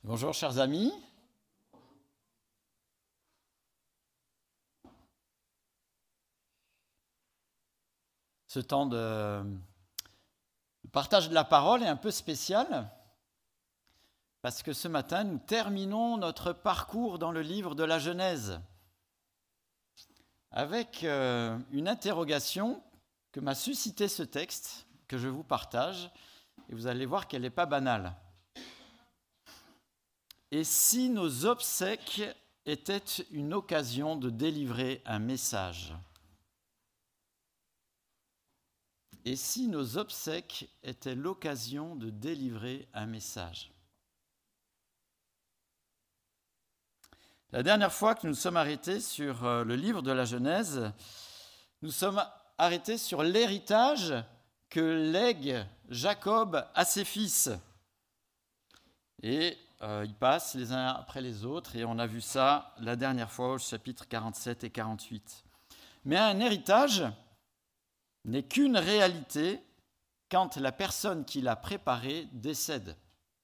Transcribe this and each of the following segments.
Bonjour chers amis. Ce temps de partage de la parole est un peu spécial parce que ce matin, nous terminons notre parcours dans le livre de la Genèse avec une interrogation que m'a suscité ce texte que je vous partage et vous allez voir qu'elle n'est pas banale. Et si nos obsèques étaient une occasion de délivrer un message ? Et si nos obsèques étaient l'occasion de délivrer un message ? La dernière fois que nous sommes arrêtés sur le livre de la Genèse, nous sommes arrêtés sur l'héritage que lègue Jacob à ses fils. Et ils passent les uns après les autres, et on a vu ça la dernière fois au chapitre 47 et 48. Mais un héritage n'est qu'une réalité quand la personne qui l'a préparé décède.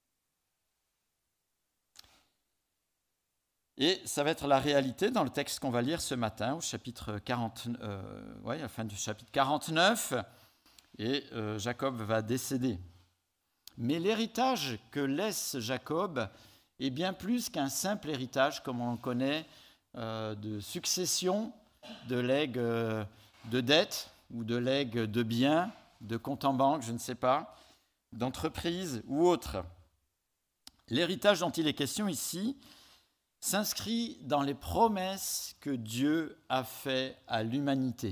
Et ça va être la réalité dans le texte qu'on va lire ce matin, au chapitre 40, à la fin du chapitre 49, et Jacob va décéder. Mais l'héritage que laisse Jacob est bien plus qu'un simple héritage, comme on le connaît, de succession, de legs de dettes, ou de legs de biens, de comptes en banque, je ne sais pas, d'entreprise ou autre. L'héritage dont il est question ici s'inscrit dans les promesses que Dieu a faites à l'humanité.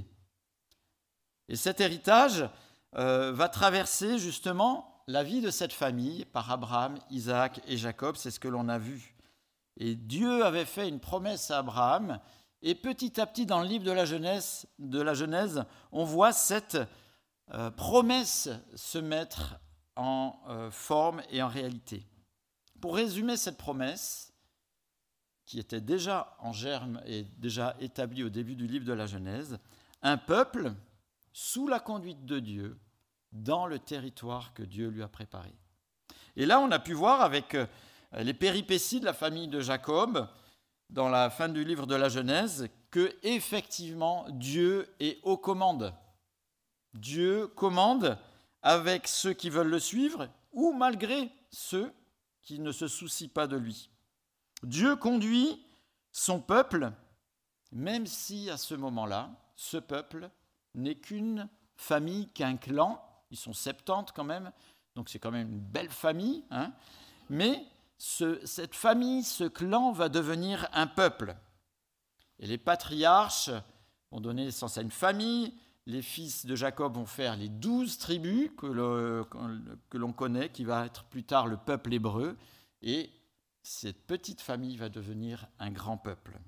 Et cet héritage va traverser justement la vie de cette famille par Abraham, Isaac et Jacob, c'est ce que l'on a vu. Et Dieu avait fait une promesse à Abraham, et petit à petit, dans le livre de la Genèse, on voit cette promesse se mettre en forme et en réalité. Pour résumer cette promesse, qui était déjà en germe et déjà établie au début du livre de la Genèse, un peuple sous la conduite de Dieu dans le territoire que Dieu lui a préparé. Et là, on a pu voir avec les péripéties de la famille de Jacob, dans la fin du livre de la Genèse, que effectivement Dieu est aux commandes. Dieu commande avec ceux qui veulent le suivre ou malgré ceux qui ne se soucient pas de lui. Dieu conduit son peuple, même si à ce moment-là, ce peuple n'est qu'une famille, qu'un clan. Ils sont 70 quand même, donc c'est quand même une belle famille, hein, mais cette famille, ce clan va devenir un peuple. Et les patriarches vont donner naissance à une famille, les fils de Jacob vont faire les 12 tribus que l'on connaît, qui va être plus tard le peuple hébreu, et cette petite famille va devenir un grand peuple.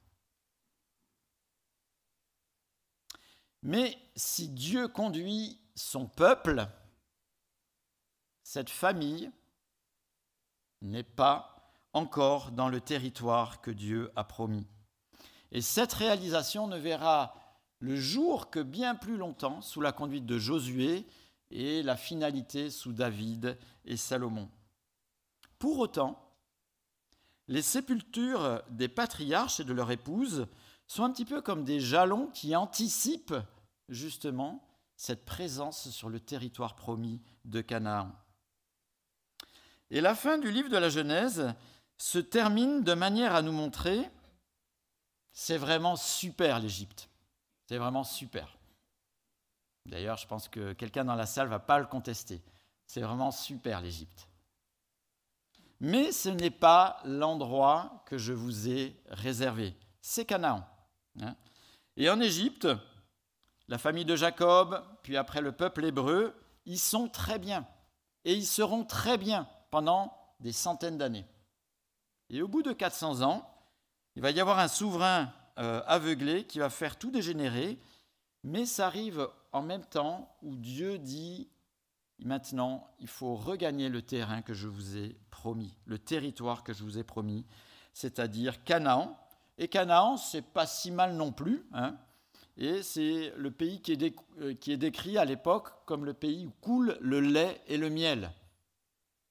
Mais si Dieu conduit son peuple, cette famille n'est pas encore dans le territoire que Dieu a promis. Et cette réalisation ne verra le jour que bien plus longtemps sous la conduite de Josué et la finalité sous David et Salomon. Pour autant, les sépultures des patriarches et de leurs épouses sont un petit peu comme des jalons qui anticipent justement cette présence sur le territoire promis de Canaan. Et la fin du livre de la Genèse se termine de manière à nous montrer, c'est vraiment super l'Égypte, c'est vraiment super. D'ailleurs, je pense que quelqu'un dans la salle ne va pas le contester, c'est vraiment super l'Égypte. Mais ce n'est pas l'endroit que je vous ai réservé, c'est Canaan. Et en Égypte, la famille de Jacob, puis après le peuple hébreu, ils sont très bien. Et ils seront très bien pendant des centaines d'années. Et au bout de 400 ans, il va y avoir un souverain aveuglé qui va faire tout dégénérer, mais ça arrive en même temps où Dieu dit « Maintenant, il faut regagner le terrain que je vous ai promis, le territoire que je vous ai promis, c'est-à-dire Canaan. » Et Canaan, c'est pas si mal non plus, hein. Et c'est le pays qui est décrit à l'époque comme le pays où coule le lait et le miel.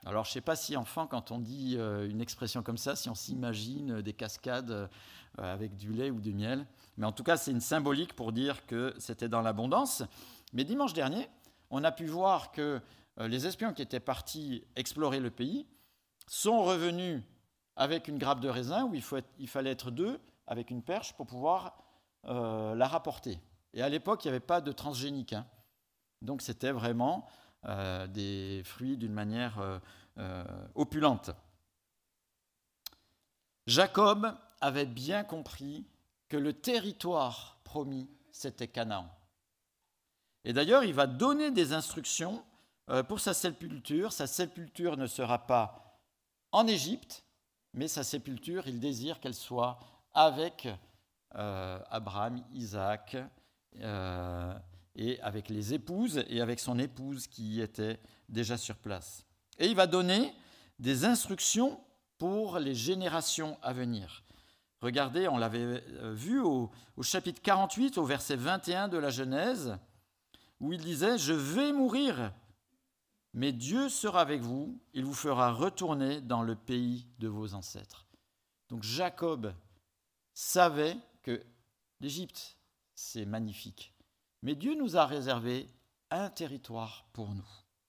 Alors, je ne sais pas si enfant, quand on dit une expression comme ça, si on s'imagine des cascades avec du lait ou du miel. Mais en tout cas, c'est une symbolique pour dire que c'était dans l'abondance. Mais dimanche dernier, on a pu voir que les espions qui étaient partis explorer le pays sont revenus avec une grappe de raisin où il fallait être deux avec une perche pour pouvoir la rapporter. Et à l'époque, il n'y avait pas de transgénique. Donc c'était vraiment des fruits d'une manière opulente. Jacob avait bien compris que le territoire promis, c'était Canaan. Et d'ailleurs, il va donner des instructions pour sa sépulture. Sa sépulture ne sera pas en Égypte, mais sa sépulture, il désire qu'elle soit avec Abraham, Isaac, et avec les épouses et avec son épouse qui était déjà sur place. Et il va donner des instructions pour les générations à venir. Regardez, on l'avait vu au chapitre 48, au verset 21 de la Genèse, où il disait « Je vais mourir, mais Dieu sera avec vous, il vous fera retourner dans le pays de vos ancêtres. » Donc Jacob savait que l'Égypte, c'est magnifique, mais Dieu nous a réservé un territoire pour nous.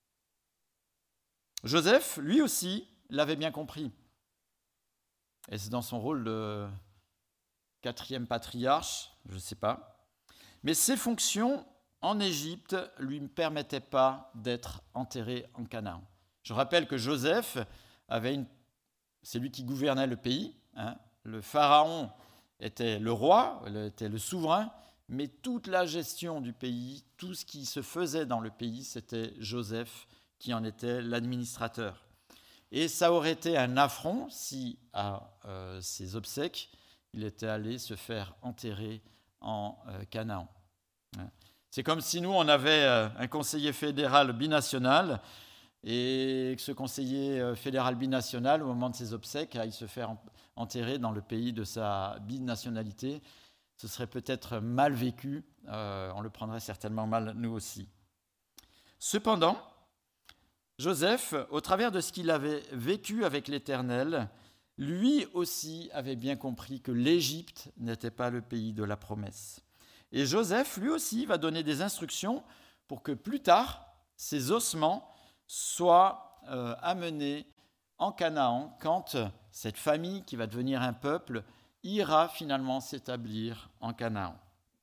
Joseph, lui aussi, l'avait bien compris. Est-ce dans son rôle de 4e patriarche? Je ne sais pas. Mais ses fonctions en Égypte ne lui permettaient pas d'être enterré en Canaan. Je rappelle que Joseph c'est lui qui gouvernait le pays. Le pharaon était le roi, était le souverain, mais toute la gestion du pays, tout ce qui se faisait dans le pays, c'était Joseph qui en était l'administrateur. Et ça aurait été un affront si, à ses obsèques, il était allé se faire enterrer en Canaan. C'est comme si nous, on avait un conseiller fédéral binational et que ce conseiller fédéral binational, au moment de ses obsèques, aille se faire enterrer dans le pays de sa binationalité. Ce serait peut-être mal vécu, on le prendrait certainement mal nous aussi. Cependant, Joseph, au travers de ce qu'il avait vécu avec l'Éternel, lui aussi avait bien compris que l'Égypte n'était pas le pays de la promesse. Et Joseph, lui aussi, va donner des instructions pour que plus tard, ces ossements soient amenés en Canaan, quand cette famille qui va devenir un peuple ira finalement s'établir en Canaan.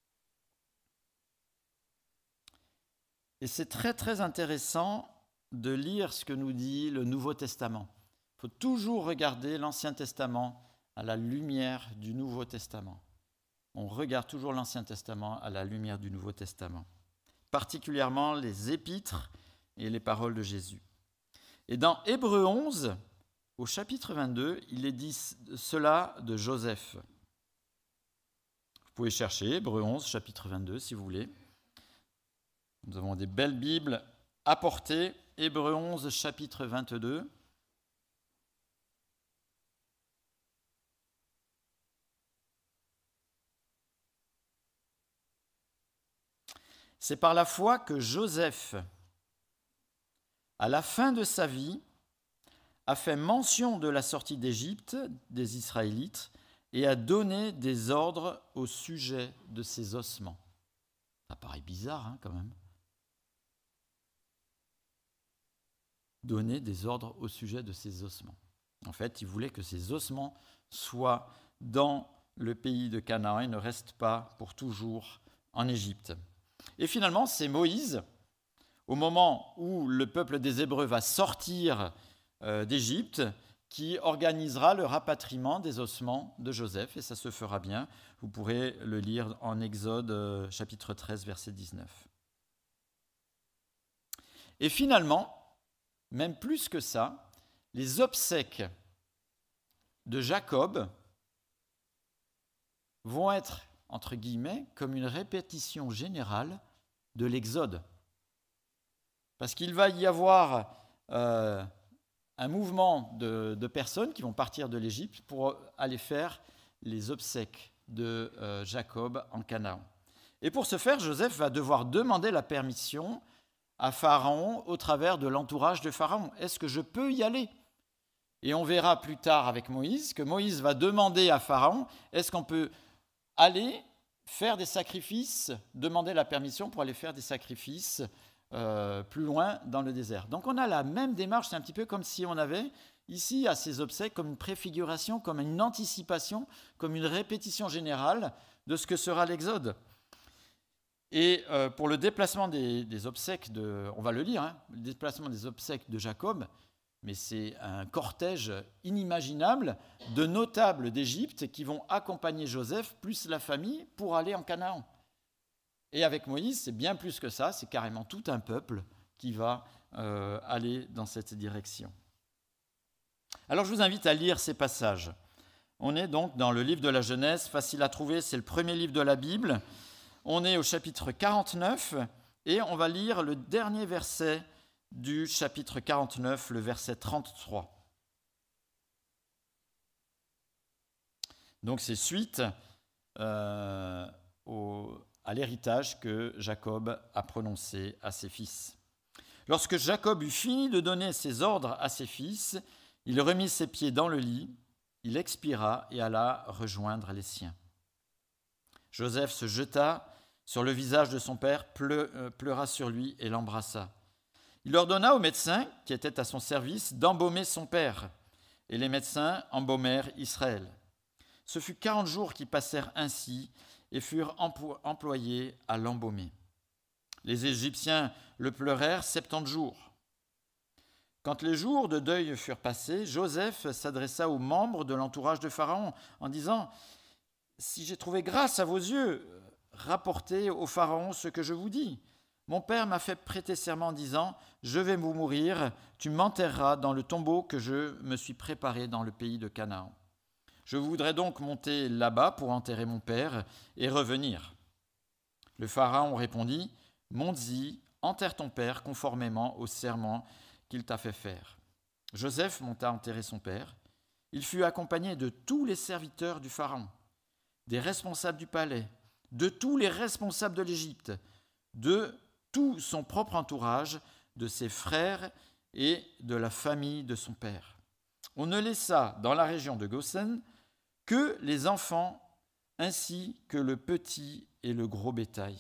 Et c'est très très intéressant de lire ce que nous dit le Nouveau Testament. Il faut toujours regarder l'Ancien Testament à la lumière du Nouveau Testament. On regarde toujours l'Ancien Testament à la lumière du Nouveau Testament, particulièrement les épîtres et les paroles de Jésus. Et dans Hébreux 11, au chapitre 22, il est dit cela de Joseph. Vous pouvez chercher Hébreux 11, chapitre 22, si vous voulez. Nous avons des belles Bibles apportées. Hébreux 11, chapitre 22. C'est par la foi que Joseph, à la fin de sa vie, a fait mention de la sortie d'Égypte des Israélites et a donné des ordres au sujet de ses ossements. Ça paraît bizarre, quand même. Donner des ordres au sujet de ses ossements. En fait, il voulait que ses ossements soient dans le pays de Canaan et ne restent pas pour toujours en Égypte. Et finalement, c'est Moïse, au moment où le peuple des Hébreux va sortir d'Égypte, qui organisera le rapatriement des ossements de Joseph, et ça se fera bien. Vous pourrez le lire en Exode chapitre 13, verset 19. Et finalement, même plus que ça, les obsèques de Jacob vont être, entre guillemets, comme une répétition générale de l'Exode. Parce qu'il va y avoir un mouvement de personnes qui vont partir de l'Égypte pour aller faire les obsèques de Jacob en Canaan. Et pour ce faire, Joseph va devoir demander la permission à Pharaon au travers de l'entourage de Pharaon. Est-ce que je peux y aller ? Et on verra plus tard avec Moïse que Moïse va demander à Pharaon, est-ce qu'on peut aller faire des sacrifices, demander la permission pour aller faire des sacrifices plus loin dans le désert. Donc on a la même démarche, c'est un petit peu comme si on avait ici à ces obsèques comme une préfiguration, comme une anticipation, comme une répétition générale de ce que sera l'Exode. Et pour le déplacement des obsèques, on va le lire, le déplacement des obsèques de Jacob, mais c'est un cortège inimaginable de notables d'Égypte qui vont accompagner Joseph plus la famille pour aller en Canaan. Et avec Moïse, c'est bien plus que ça, c'est carrément tout un peuple qui va aller dans cette direction. Alors je vous invite à lire ces passages. On est donc dans le livre de la Genèse, facile à trouver, c'est le premier livre de la Bible. On est au chapitre 49 et on va lire le dernier verset du chapitre 49, le verset 33. Donc c'est suite à l'héritage que Jacob a prononcé à ses fils. Lorsque Jacob eut fini de donner ses ordres à ses fils, il remit ses pieds dans le lit, il expira et alla rejoindre les siens. Joseph se jeta sur le visage de son père, pleura sur lui et l'embrassa. Il ordonna aux médecins qui étaient à son service d'embaumer son père, et les médecins embaumèrent Israël. Ce fut 40 jours qui passèrent ainsi et furent employés à l'embaumer. Les Égyptiens le pleurèrent 70 jours. Quand les jours de deuil furent passés, Joseph s'adressa aux membres de l'entourage de Pharaon en disant « Si j'ai trouvé grâce à vos yeux, rapportez au Pharaon ce que je vous dis. Mon père m'a fait prêter serment en disant « Je vais vous mourir, tu m'enterreras dans le tombeau que je me suis préparé dans le pays de Canaan. Je voudrais donc monter là-bas pour enterrer mon père et revenir. » Le Pharaon répondit « Monte-y, enterre ton père conformément au serment qu'il t'a fait faire. » Joseph monta enterrer son père. Il fut accompagné de tous les serviteurs du Pharaon, des responsables du palais, de tous les responsables de l'Égypte, de tout son propre entourage, de ses frères et de la famille de son père. On ne laissa dans la région de Goshen que les enfants ainsi que le petit et le gros bétail.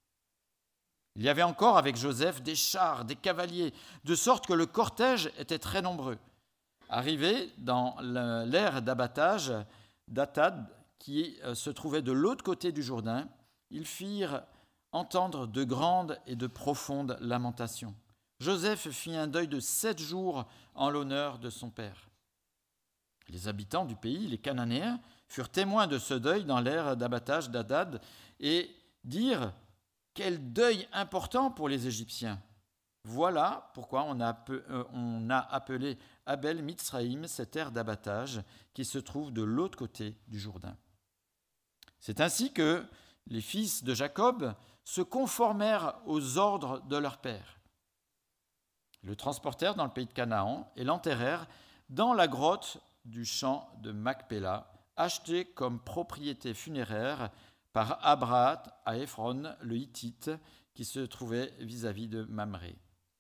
Il y avait encore avec Joseph des chars, des cavaliers, de sorte que le cortège était très nombreux. Arrivés dans l'aire d'abattage d'Atad, qui se trouvait de l'autre côté du Jourdain, ils firent entendre de grandes et de profondes lamentations. Joseph fit un deuil de 7 jours en l'honneur de son père. Les habitants du pays, les Cananéens, furent témoins de ce deuil dans l'aire d'abattage d'Atad et dirent « Quel deuil important pour les Égyptiens !» Voilà pourquoi on a appelé Abel Mitzraïm cette aire d'abattage qui se trouve de l'autre côté du Jourdain. C'est ainsi que les fils de Jacob se conformèrent aux ordres de leur père. Ils le transportèrent dans le pays de Canaan et l'enterrèrent dans la grotte du champ de Macpéla, achetée comme propriété funéraire par Abrahat à Éphron le Hittite, qui se trouvait vis-à-vis de Mamré.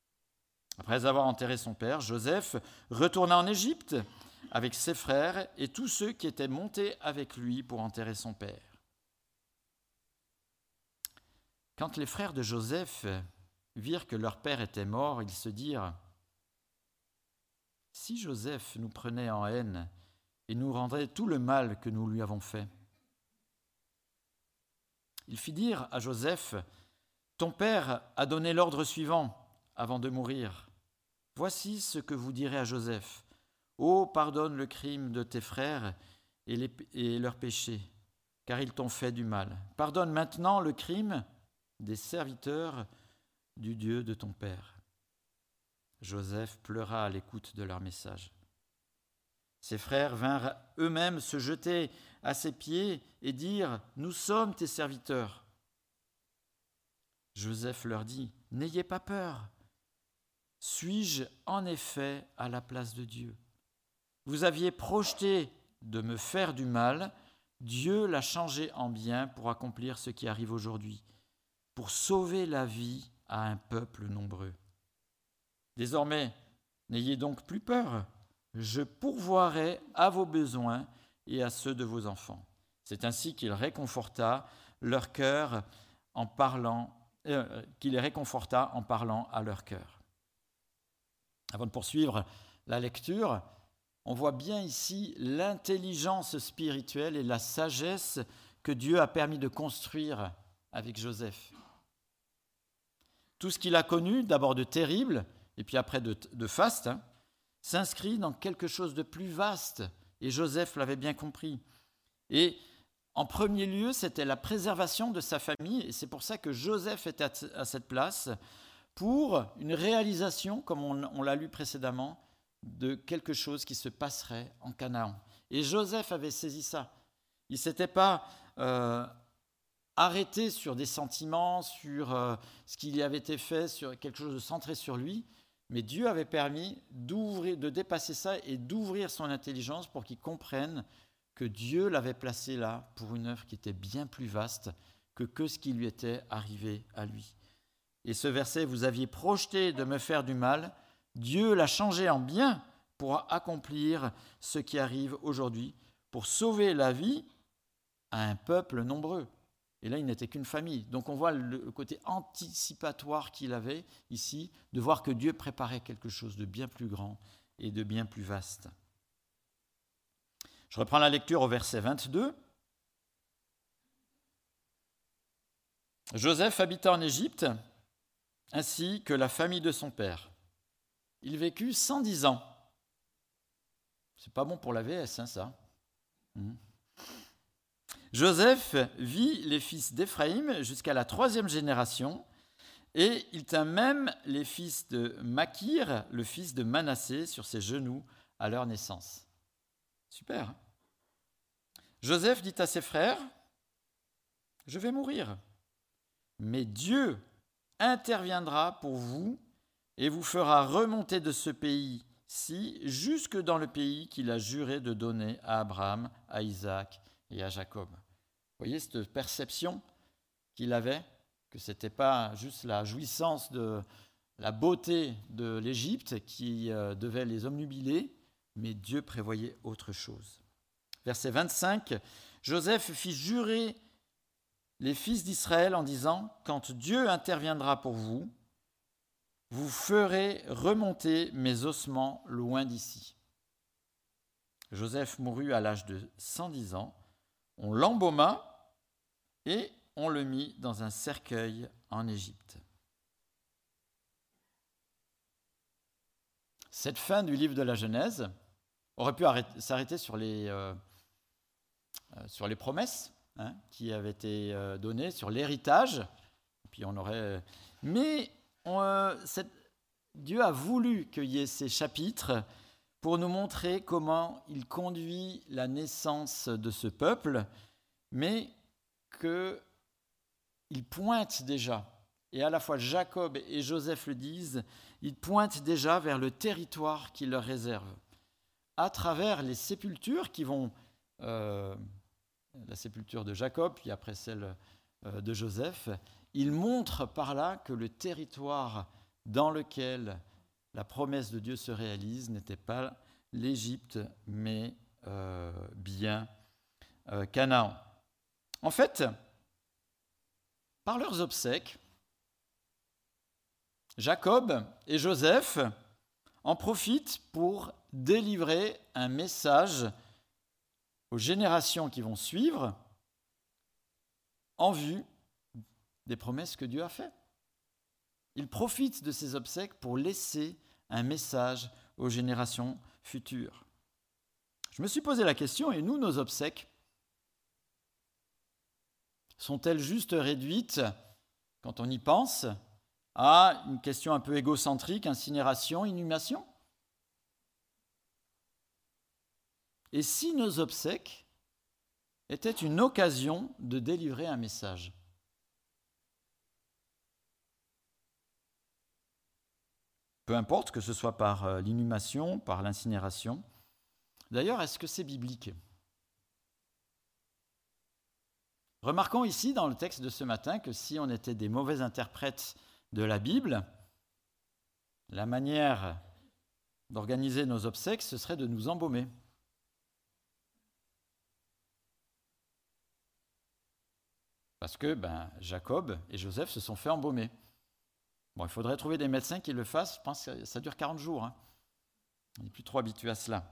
Après avoir enterré son père, Joseph retourna en Égypte avec ses frères et tous ceux qui étaient montés avec lui pour enterrer son père. Quand les frères de Joseph virent que leur père était mort, ils se dirent « Si Joseph nous prenait en haine et nous rendrait tout le mal que nous lui avons fait. » Il fit dire à Joseph « Ton père a donné l'ordre suivant avant de mourir. Voici ce que vous direz à Joseph. Ô, pardonne le crime de tes frères et leurs péchés, car ils t'ont fait du mal. Pardonne maintenant le crime des serviteurs du Dieu de ton père. » Joseph pleura à l'écoute de leur message. Ses frères vinrent eux-mêmes se jeter à ses pieds et dire « Nous sommes tes serviteurs. » Joseph leur dit « N'ayez pas peur. Suis-je en effet à la place de Dieu? Vous aviez projeté de me faire du mal, Dieu l'a changé en bien pour accomplir ce qui arrive aujourd'hui, pour sauver la vie à un peuple nombreux. Désormais, n'ayez donc plus peur, je pourvoirai à vos besoins et à ceux de vos enfants. C'est ainsi qu'il réconforta leur cœur en parlant, qu'il les réconforta en parlant à leur cœur. Avant de poursuivre la lecture, on voit bien ici l'intelligence spirituelle et la sagesse que Dieu a permis de construire avec Joseph. Tout ce qu'il a connu, d'abord de terrible, et puis après de faste, s'inscrit dans quelque chose de plus vaste, et Joseph l'avait bien compris. Et en premier lieu, c'était la préservation de sa famille, et c'est pour ça que Joseph était à cette place, pour une réalisation, comme on l'a lu précédemment, de quelque chose qui se passerait en Canaan. Et Joseph avait saisi ça. Il ne s'était pas arrêté sur des sentiments, sur ce qui lui avait été fait, sur quelque chose de centré sur lui, mais Dieu avait permis de dépasser ça et d'ouvrir son intelligence pour qu'il comprenne que Dieu l'avait placé là pour une œuvre qui était bien plus vaste que ce qui lui était arrivé à lui. Et ce verset, vous aviez projeté de me faire du mal, Dieu l'a changé en bien pour accomplir ce qui arrive aujourd'hui, pour sauver la vie à un peuple nombreux. Et là, il n'était qu'une famille. Donc on voit le côté anticipatoire qu'il avait ici, de voir que Dieu préparait quelque chose de bien plus grand et de bien plus vaste. Je reprends la lecture au verset 22. Joseph habita en Égypte, ainsi que la famille de son père. Il vécut 110 ans. C'est pas bon pour la VS, ça. Joseph vit les fils d'Éphraïm jusqu'à la 3e génération, et il tint même les fils de Makir, le fils de Manassé, sur ses genoux à leur naissance. Super. Joseph dit à ses frères, « Je vais mourir, mais Dieu interviendra pour vous et vous fera remonter de ce pays-ci jusque dans le pays qu'il a juré de donner à Abraham, à Isaac et à Jacob. » Vous voyez cette perception qu'il avait, que ce n'était pas juste la jouissance de la beauté de l'Égypte qui devait les obnubiler, mais Dieu prévoyait autre chose. Verset 25, Joseph fit jurer les fils d'Israël en disant, « Quand Dieu interviendra pour vous, vous ferez remonter mes ossements loin d'ici. » Joseph mourut à l'âge de 110 ans. On l'embauma et on le mit dans un cercueil en Égypte. Cette fin du livre de la Genèse aurait pu s'arrêter sur les promesses qui avaient été données, sur l'héritage. Puis on aurait... Mais Dieu a voulu qu'il y ait ces chapitres pour nous montrer comment il conduit la naissance de ce peuple, mais qu'il pointe déjà, et à la fois Jacob et Joseph le disent, il pointe déjà vers le territoire qu'il leur réserve. À travers les sépultures qui vont, la sépulture de Jacob, puis après celle de Joseph, il montre par là que le territoire dans lequel la promesse de Dieu se réalise n'était pas l'Égypte, mais bien Canaan. En fait, par leurs obsèques, Jacob et Joseph en profitent pour délivrer un message aux générations qui vont suivre en vue des promesses que Dieu a faites. Ils profitent de ces obsèques pour laisser un message aux générations futures. Je me suis posé la question, et nous, nos obsèques, sont-elles juste réduites, quand on y pense, à une question un peu égocentrique, incinération, inhumation? Et si nos obsèques étaient une occasion de délivrer un message? Peu importe que ce soit par l'inhumation, par l'incinération. D'ailleurs, est-ce que c'est biblique? Remarquons ici dans le texte de ce matin que si on était des mauvais interprètes de la Bible, la manière d'organiser nos obsèques, ce serait de nous embaumer. Parce que Jacob et Joseph se sont fait embaumer. Bon, il faudrait trouver des médecins qui le fassent. Je pense que ça dure 40 jours. Hein. On n'est plus trop habitué à cela.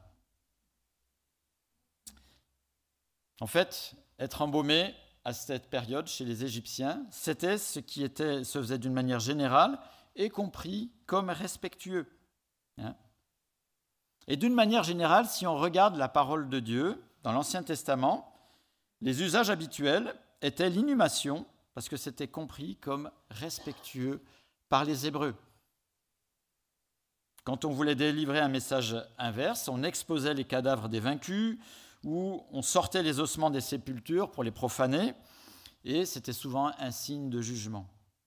En fait, être embaumé à cette période chez les Égyptiens, c'était ce qui se faisait d'une manière générale et compris comme respectueux. Hein. Et d'une manière générale, si on regarde la parole de Dieu dans l'Ancien Testament, les usages habituels étaient l'inhumation, parce que c'était compris comme respectueux par les Hébreux. Quand on voulait délivrer un message inverse, on exposait les cadavres des vaincus, ou on sortait les ossements des sépultures pour les profaner, et c'était souvent un signe de jugement.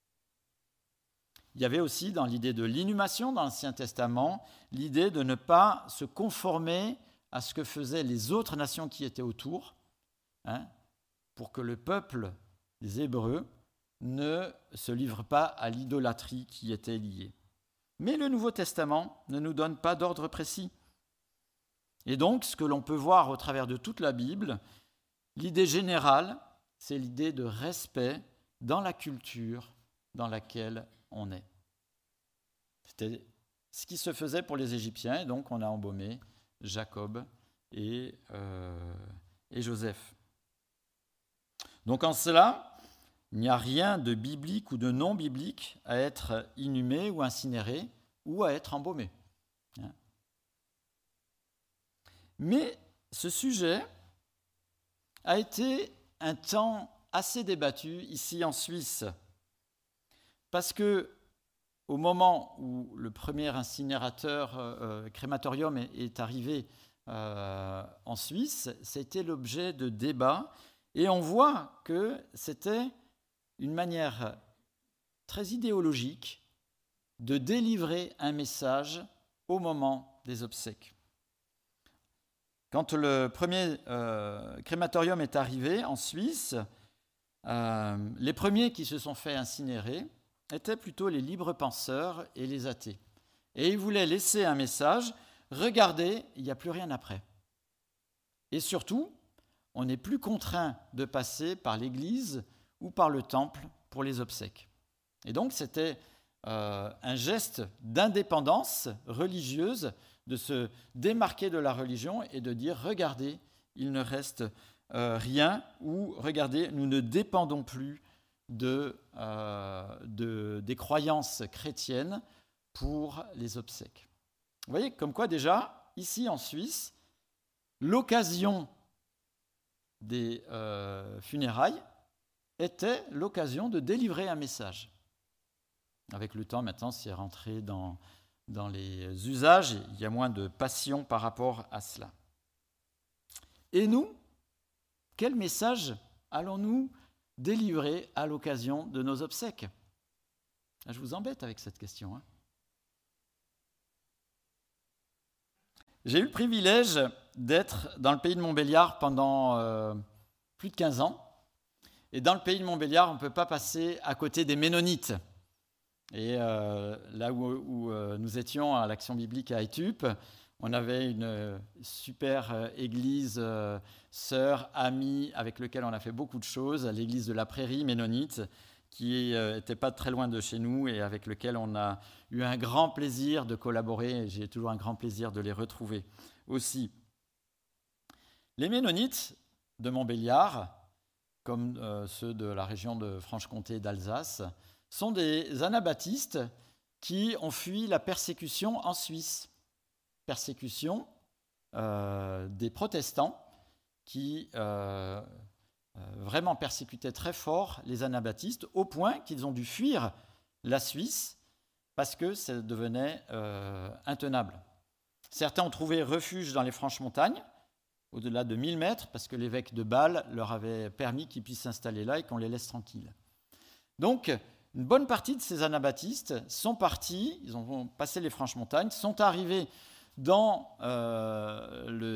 Il y avait aussi dans l'idée de l'inhumation dans l'Ancien Testament, l'idée de ne pas se conformer à ce que faisaient les autres nations qui étaient autour, hein, pour que le peuple des Hébreux ne se livre pas à l'idolâtrie qui était liée. Mais le Nouveau Testament ne nous donne pas d'ordre précis. Et donc, ce que l'on peut voir au travers de toute la Bible, l'idée générale, c'est l'idée de respect dans la culture dans laquelle on est. C'était ce qui se faisait pour les Égyptiens, et donc on a embaumé Jacob et Joseph. Donc en cela, il n'y a rien de biblique ou de non biblique à être inhumé ou incinéré ou à être embaumé. Mais ce sujet a été un temps assez débattu ici en Suisse, parce que au moment où le premier incinérateur, crématorium est arrivé en Suisse, c'était l'objet de débats, et on voit que c'était une manière très idéologique de délivrer un message au moment des obsèques. Quand le premier crématorium est arrivé en Suisse, les premiers qui se sont fait incinérer étaient plutôt les libres penseurs et les athées. Et ils voulaient laisser un message, regardez, il n'y a plus rien après. Et surtout, on n'est plus contraint de passer par l'église ou par le temple pour les obsèques. Et donc c'était un geste d'indépendance religieuse, de se démarquer de la religion et de dire, regardez, il ne reste rien, ou regardez, nous ne dépendons plus des croyances chrétiennes pour les obsèques. Vous voyez, comme quoi déjà, ici en Suisse, l'occasion des funérailles était l'occasion de délivrer un message. Avec le temps, maintenant, c'est rentré dans les usages, il y a moins de passion par rapport à cela. Et nous, quel message allons-nous délivrer à l'occasion de nos obsèques ? Je vous embête avec cette question. J'ai eu le privilège d'être dans le pays de Montbéliard pendant plus de 15 ans. Et dans le pays de Montbéliard, on ne peut pas passer à côté des Ménonites. Et là où nous étions à l'Action biblique à Étup, on avait une super église sœur, amie, avec laquelle on a fait beaucoup de choses, l'église de la Prairie ménonite, qui n'était pas très loin de chez nous et avec lequel on a eu un grand plaisir de collaborer. Et j'ai toujours un grand plaisir de les retrouver aussi. Les Ménonites de Montbéliard, comme ceux de la région de Franche-Comté et d'Alsace, sont des anabaptistes qui ont fui la persécution en Suisse. Persécution des protestants qui vraiment persécutaient très fort les anabaptistes, au point qu'ils ont dû fuir la Suisse parce que ça devenait intenable. Certains ont trouvé refuge dans les Franches-Montagnes, au-delà de 1000 mètres, parce que l'évêque de Bâle leur avait permis qu'ils puissent s'installer là et qu'on les laisse tranquilles. Donc, une bonne partie de ces anabaptistes sont partis, ils ont passé les Franches-Montagnes, sont arrivés dans le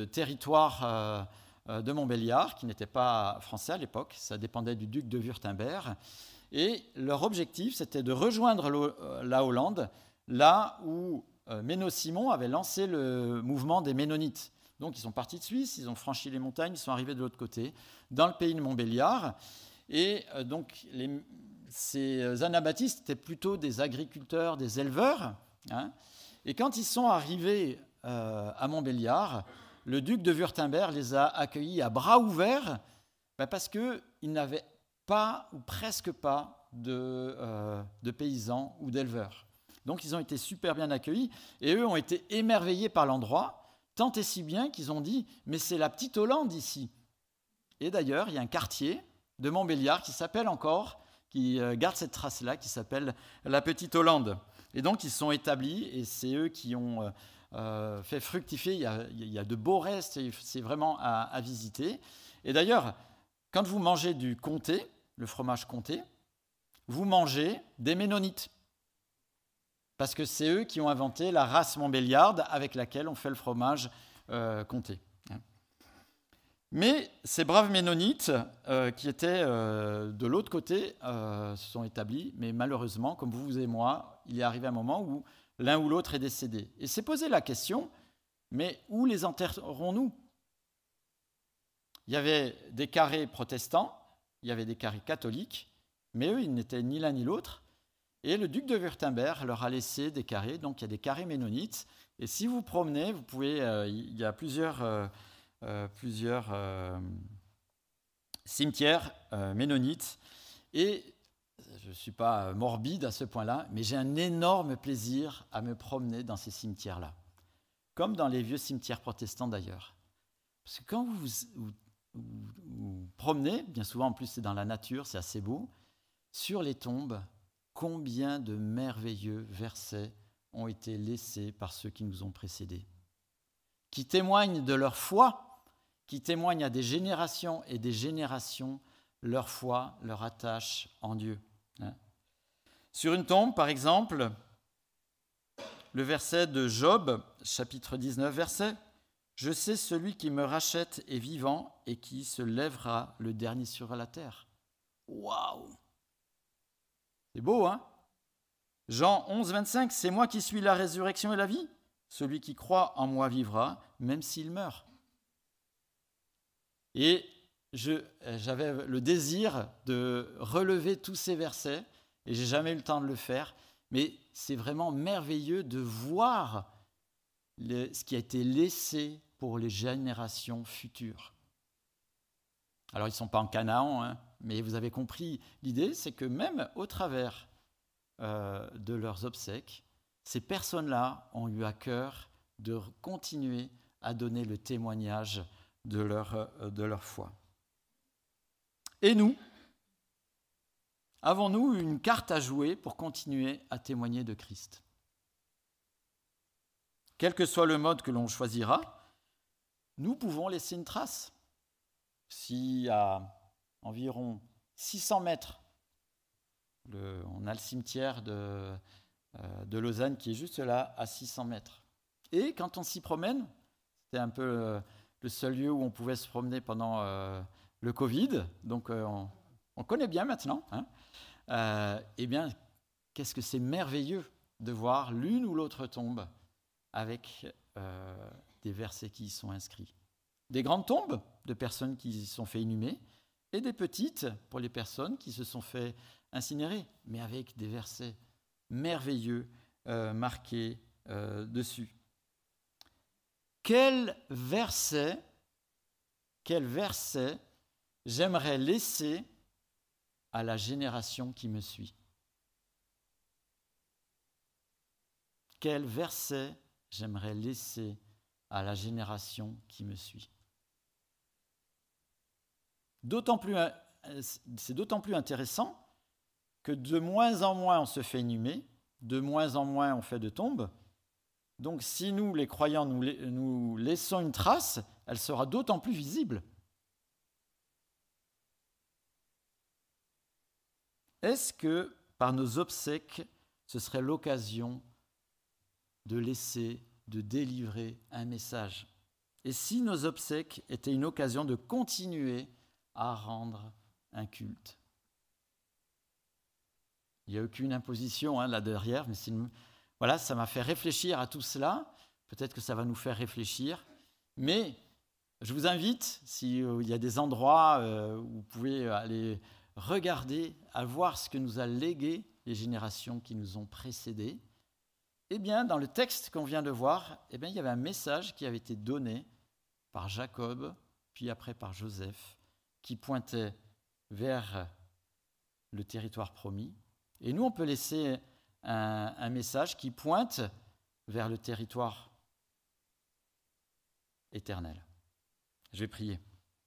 territoire de Montbéliard, qui n'était pas français à l'époque, ça dépendait du duc de Wurtemberg, Et leur objectif, c'était de rejoindre la Hollande, là où Menno Simon avait lancé le mouvement des Ménonites. Donc ils sont partis de Suisse, ils ont franchi les montagnes, ils sont arrivés de l'autre côté, dans le pays de Montbéliard. Et donc ces anabaptistes étaient plutôt des agriculteurs, des éleveurs. Hein. Et quand ils sont arrivés à Montbéliard, le duc de Wurtemberg les a accueillis à bras ouverts parce qu'ils n'avaient pas ou presque pas de paysans ou d'éleveurs. Donc ils ont été super bien accueillis et eux ont été émerveillés par l'endroit, tant et si bien qu'ils ont dit « mais c'est la petite Hollande ici ». Et d'ailleurs, il y a un quartier de Montbéliard qui s'appelle encore, qui garde cette trace-là, qui s'appelle la Petite Hollande. Et donc ils sont établis et c'est eux qui ont fait fructifier. Il y a de beaux restes, c'est vraiment à visiter. Et d'ailleurs, quand vous mangez du comté, le fromage comté, vous mangez des Ménonites. Parce que c'est eux qui ont inventé la race montbéliarde avec laquelle on fait le fromage comté. Mais ces braves Ménonites qui étaient de l'autre côté se sont établis, mais malheureusement, comme vous et moi, il est arrivé un moment où l'un ou l'autre est décédé. Et s'est posé la question, mais où les enterrons-nous ? Il y avait des carrés protestants, il y avait des carrés catholiques, mais eux, ils n'étaient ni l'un ni l'autre. Et le duc de Wurtemberg leur a laissé des carrés, donc il y a des carrés ménonites. Et si vous promenez, vous pouvez, il y a plusieurs cimetières ménonites. Et je ne suis pas morbide à ce point-là, mais j'ai un énorme plaisir à me promener dans ces cimetières-là, comme dans les vieux cimetières protestants d'ailleurs. Parce que quand vous promenez, bien souvent en plus c'est dans la nature, c'est assez beau, sur les tombes, combien de merveilleux versets ont été laissés par ceux qui nous ont précédés, qui témoignent de leur foi, qui témoignent à des générations et des générations leur foi, leur attache en Dieu. Sur une tombe, par exemple, le verset de Job, chapitre 19, verset « Je sais celui qui me rachète est vivant et qui se lèvera le dernier sur la terre. » Waouh! C'est beau, hein? Jean 11, 25, « C'est moi qui suis la résurrection et la vie. Celui qui croit en moi vivra, même s'il meurt. » Et j'avais le désir de relever tous ces versets, et je n'ai jamais eu le temps de le faire, mais c'est vraiment merveilleux de voir ce qui a été laissé pour les générations futures. Alors, ils ne sont pas en Canaan, hein, mais vous avez compris, l'idée, c'est que même au travers de leurs obsèques, ces personnes-là ont eu à cœur de continuer à donner le témoignage de leur foi. Et nous, avons-nous une carte à jouer pour continuer à témoigner de Christ ? Quel que soit le mode que l'on choisira, nous pouvons laisser une trace. Si à environ 600 mètres, on a le cimetière de Lausanne qui est juste là, à 600 mètres. Et quand on s'y promène, c'était un peu le seul lieu où on pouvait se promener pendant le Covid, donc on connaît bien maintenant. Hein. Eh bien, qu'est-ce que c'est merveilleux de voir l'une ou l'autre tombe avec des versets qui y sont inscrits. Des grandes tombes de personnes qui y sont fait inhumer et des petites pour les personnes qui se sont fait incinérer, mais avec des versets merveilleux marqués dessus. Quel verset j'aimerais laisser à la génération qui me suit? Quel verset j'aimerais laisser à la génération qui me suit? C'est d'autant plus intéressant que de moins en moins on se fait inhumer, de moins en moins on fait de tombes. Donc si nous, les croyants, nous laissons une trace, elle sera d'autant plus visible. Est-ce que par nos obsèques, ce serait l'occasion de laisser, de délivrer un message? Et si nos obsèques étaient une occasion de continuer à rendre un culte? Il n'y a aucune imposition là derrière, mais voilà, ça m'a fait réfléchir à tout cela. Peut-être que ça va nous faire réfléchir. Mais je vous invite, s'il y a des endroits où vous pouvez aller regarder, à voir ce que nous a légué les générations qui nous ont précédés. Eh bien, dans le texte qu'on vient de voir, il y avait un message qui avait été donné par Jacob, puis après par Joseph, qui pointait vers le territoire promis. Et nous, on peut laisser un message qui pointe vers le territoire éternel. Je vais prier.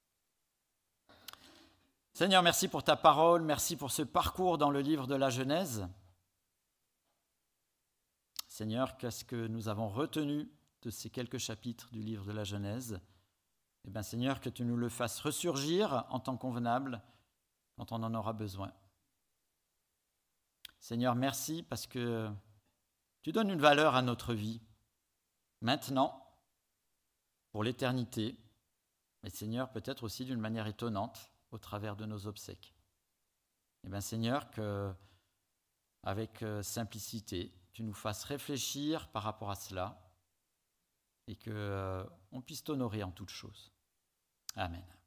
Seigneur, merci pour ta parole, merci pour ce parcours dans le livre de la Genèse. Seigneur, qu'est-ce que nous avons retenu de ces quelques chapitres du livre de la Genèse ? Eh bien, Seigneur, que tu nous le fasses ressurgir en temps convenable quand on en aura besoin. Seigneur, merci parce que tu donnes une valeur à notre vie, maintenant, pour l'éternité, mais Seigneur, peut-être aussi d'une manière étonnante, au travers de nos obsèques. Eh bien, Seigneur, qu'avec simplicité, tu nous fasses réfléchir par rapport à cela et qu'on puisse t'honorer en toutes choses. Amen.